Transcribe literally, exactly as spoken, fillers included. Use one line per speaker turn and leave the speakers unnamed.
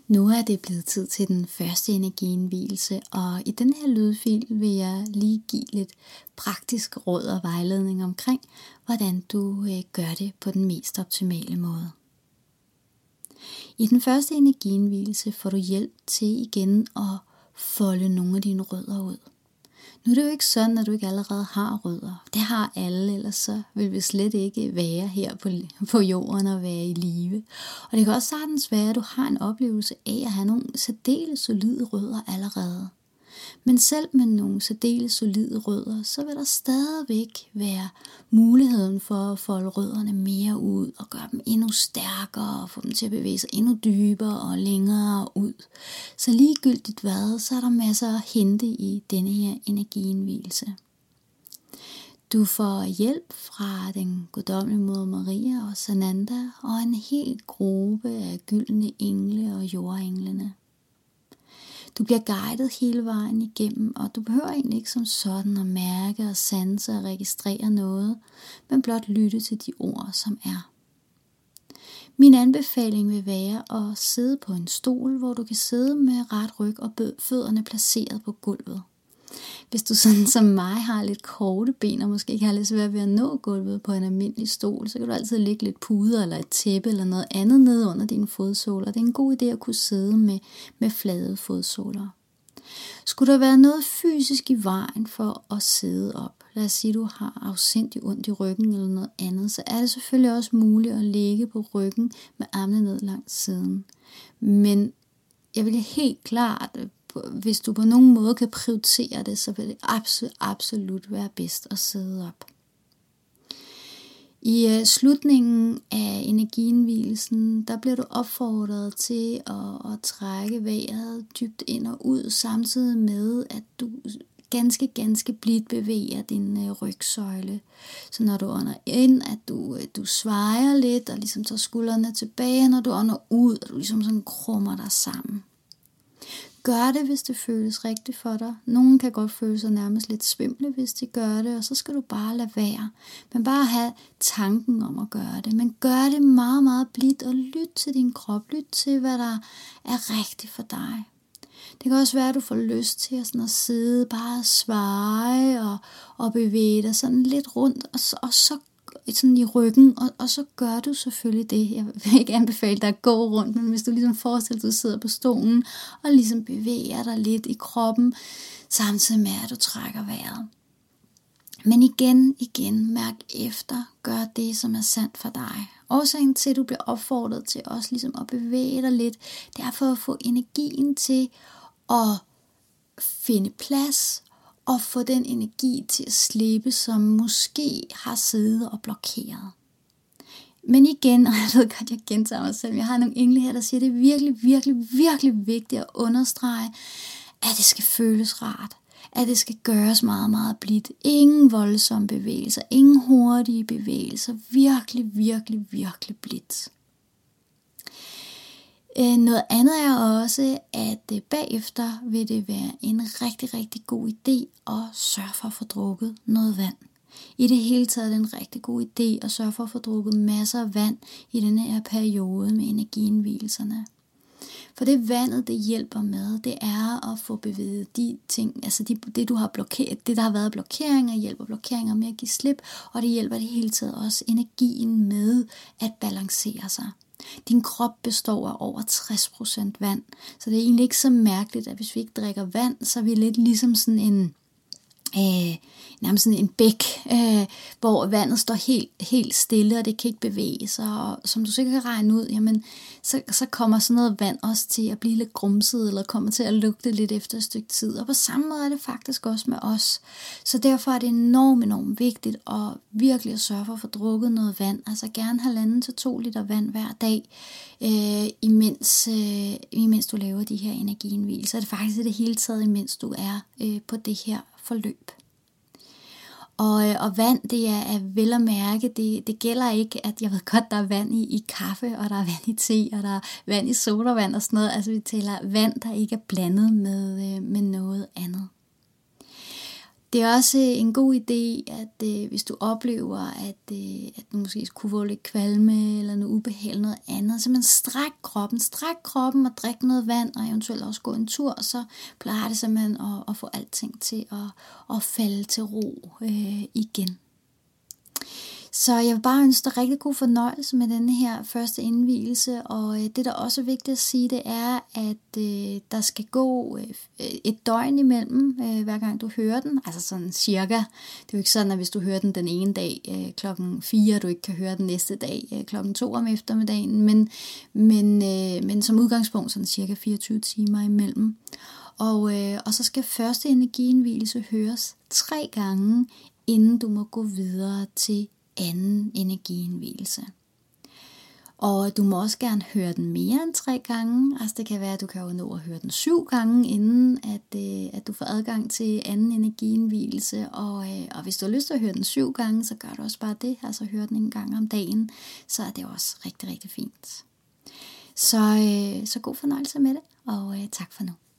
Nu er det blevet tid til den første energiindvielse, og i den her lydfil vil jeg lige give lidt praktisk råd og vejledning omkring, hvordan du øh, gør det på den mest optimale måde. I den første energiindvielse får du hjælp til igen at folde nogle af dine rødder ud. Nu er det jo ikke sådan, at du ikke allerede har rødder. Det har alle, ellers så vil vi slet ikke være her på, på jorden og være i live. Og det kan også sagtens være, at du har en oplevelse af at have nogle særdeles solide rødder allerede. Men selv med nogle særdeles solide rødder, så vil der stadigvæk være muligheden for at folde rødderne mere ud og gøre dem endnu stærkere og få dem til at bevæge sig endnu dybere og længere ud. Så ligegyldigt hvad, så er der masser at hente i denne her energiindvielse. Du får hjælp fra den guddommelige moder Maria og Sananda og en hel gruppe af gyldne engle og jordenglene. Du bliver guidet hele vejen igennem, og du behøver egentlig ikke som sådan at mærke og sanse og registrere noget, men blot lytte til de ord, som er. Min anbefaling vil være at sidde på en stol, hvor du kan sidde med ret ryg og fødderne placeret på gulvet. Hvis du sådan som mig har lidt korte ben og måske ikke har lidt svært ved at nå gulvet på en almindelig stol, så kan du altid lægge lidt puder eller et tæppe eller noget andet ned under dine fodsåler. Det er en god idé at kunne sidde med, med flade fodsåler. Skulle der være noget fysisk i vejen for at sidde op, lad os sige, at du har afsindig ondt i ryggen eller noget andet, så er det selvfølgelig også muligt at ligge på ryggen med armene ned langs siden. Men jeg vil helt klart, hvis du på nogen måde kan prioritere det, så vil det absolut, absolut være bedst at sidde op. I uh, slutningen af energiindvielsen, der bliver du opfordret til at, at trække vejret dybt ind og ud, samtidig med, at du ganske, ganske blidt bevæger din uh, rygsøjle. Så når du ånder ind, at du, uh, du svejer lidt og ligesom tager skuldrene tilbage, når du ånder ud, og du ligesom sådan krummer dig sammen. Gør det, hvis det føles rigtigt for dig. Nogen kan godt føle sig nærmest lidt svimle, hvis de gør det, og så skal du bare lade være. Men bare have tanken om at gøre det. Men gør det meget, meget blidt, og lyt til din krop. Lyt til, hvad der er rigtigt for dig. Det kan også være, at du får lyst til at, sådan at sidde, bare sveje og, og bevæge dig sådan lidt rundt, og så, og så sådan i ryggen, og, og så gør du selvfølgelig det. Jeg vil ikke anbefale dig at gå rundt, men hvis du ligesom forestiller dig, at du sidder på stolen, og ligesom bevæger dig lidt i kroppen, samtidig med, at du trækker vejret. Men igen, igen, mærk efter, gør det, som er sandt for dig. Årsagen til, at du bliver opfordret til også ligesom at bevæge dig lidt, det er for at få energien til at finde plads, og få den energi til at slippe, som måske har siddet og blokeret. Men igen, og jeg ved godt, jeg gentager mig selv, jeg har nogle engle her, der siger, at det er virkelig, virkelig, virkelig vigtigt at understrege, at det skal føles rart. At det skal gøres meget, meget blidt. Ingen voldsomme bevægelser, ingen hurtige bevægelser. Virkelig, virkelig, virkelig blidt. Noget andet er også, at bagefter vil det være en rigtig, rigtig god idé at sørge for at få drukket noget vand. I det hele taget er det en rigtig god idé at sørge for at få drukket masser af vand i denne her periode med energiindvielserne. For det vandet, det hjælper med, det er at få bevæget de ting, altså de, det du har blokeret, det der har været blokeringer, hjælper blokeringer med at give slip, og det hjælper det hele taget også energien med at balancere sig. Din krop består af over tres procent vand, så det er egentlig ikke så mærkeligt, at hvis vi ikke drikker vand, så er vi lidt ligesom sådan en, øh, nærmest sådan en bæk, øh, hvor vandet står helt, helt stille, og det kan ikke bevæge sig, og som du sikkert kan regne ud, jamen, så, så kommer sådan noget vand også til at blive lidt grumset, eller kommer til at lugte lidt efter et stykke tid, og på samme måde er det faktisk også med os. Så derfor er det enormt, enormt vigtigt at virkelig at sørge for at få drukket noget vand, altså gerne halvanden til to liter vand hver dag, øh, imens, øh, imens du laver de her energiindvielser. Det er faktisk i det hele taget, imens du er øh, på det her forløb. Og, og vand, det er, er vel at mærke, det, det gælder ikke, at jeg ved godt, der er vand i, i kaffe, og der er vand i te, og der er vand i sodavand og sådan noget. Altså vi taler vand, der ikke er blandet med, med noget andet. Det er også en god idé, at øh, hvis du oplever, at, øh, at du måske kunne få lidt kvalme eller noget ubehag eller noget andet, så man stræk kroppen, stræk kroppen og drik noget vand og eventuelt også gå en tur, og så plejer det simpelthen at, at få alting til at, at falde til ro øh, igen. Så jeg vil bare ønske dig rigtig god fornøjelse med denne her første indvielse, og øh, det der også er vigtigt at sige, det er, at øh, der skal gå øh, et døgn imellem, øh, hver gang du hører den, altså sådan cirka. Det er jo ikke sådan, at hvis du hører den den ene dag øh, klokken fire, du ikke kan høre den næste dag øh, klokken to om eftermiddagen, men, men, øh, men som udgangspunkt sådan cirka fireogtyve timer imellem. Og, øh, og så skal første energiindvielse høres tre gange, inden du må gå videre til anden energiindvielse. Og du må også gerne høre den mere end tre gange. Altså det kan være, at du kan jo nå at høre den syv gange, inden at, øh, at du får adgang til anden energiindvielse. Og, øh, og hvis du har lyst til at høre den syv gange, så gør du også bare det. Altså høre den en gang om dagen, så er det også rigtig, rigtig fint. Så, øh, så god fornøjelse med det, og øh, tak for nu.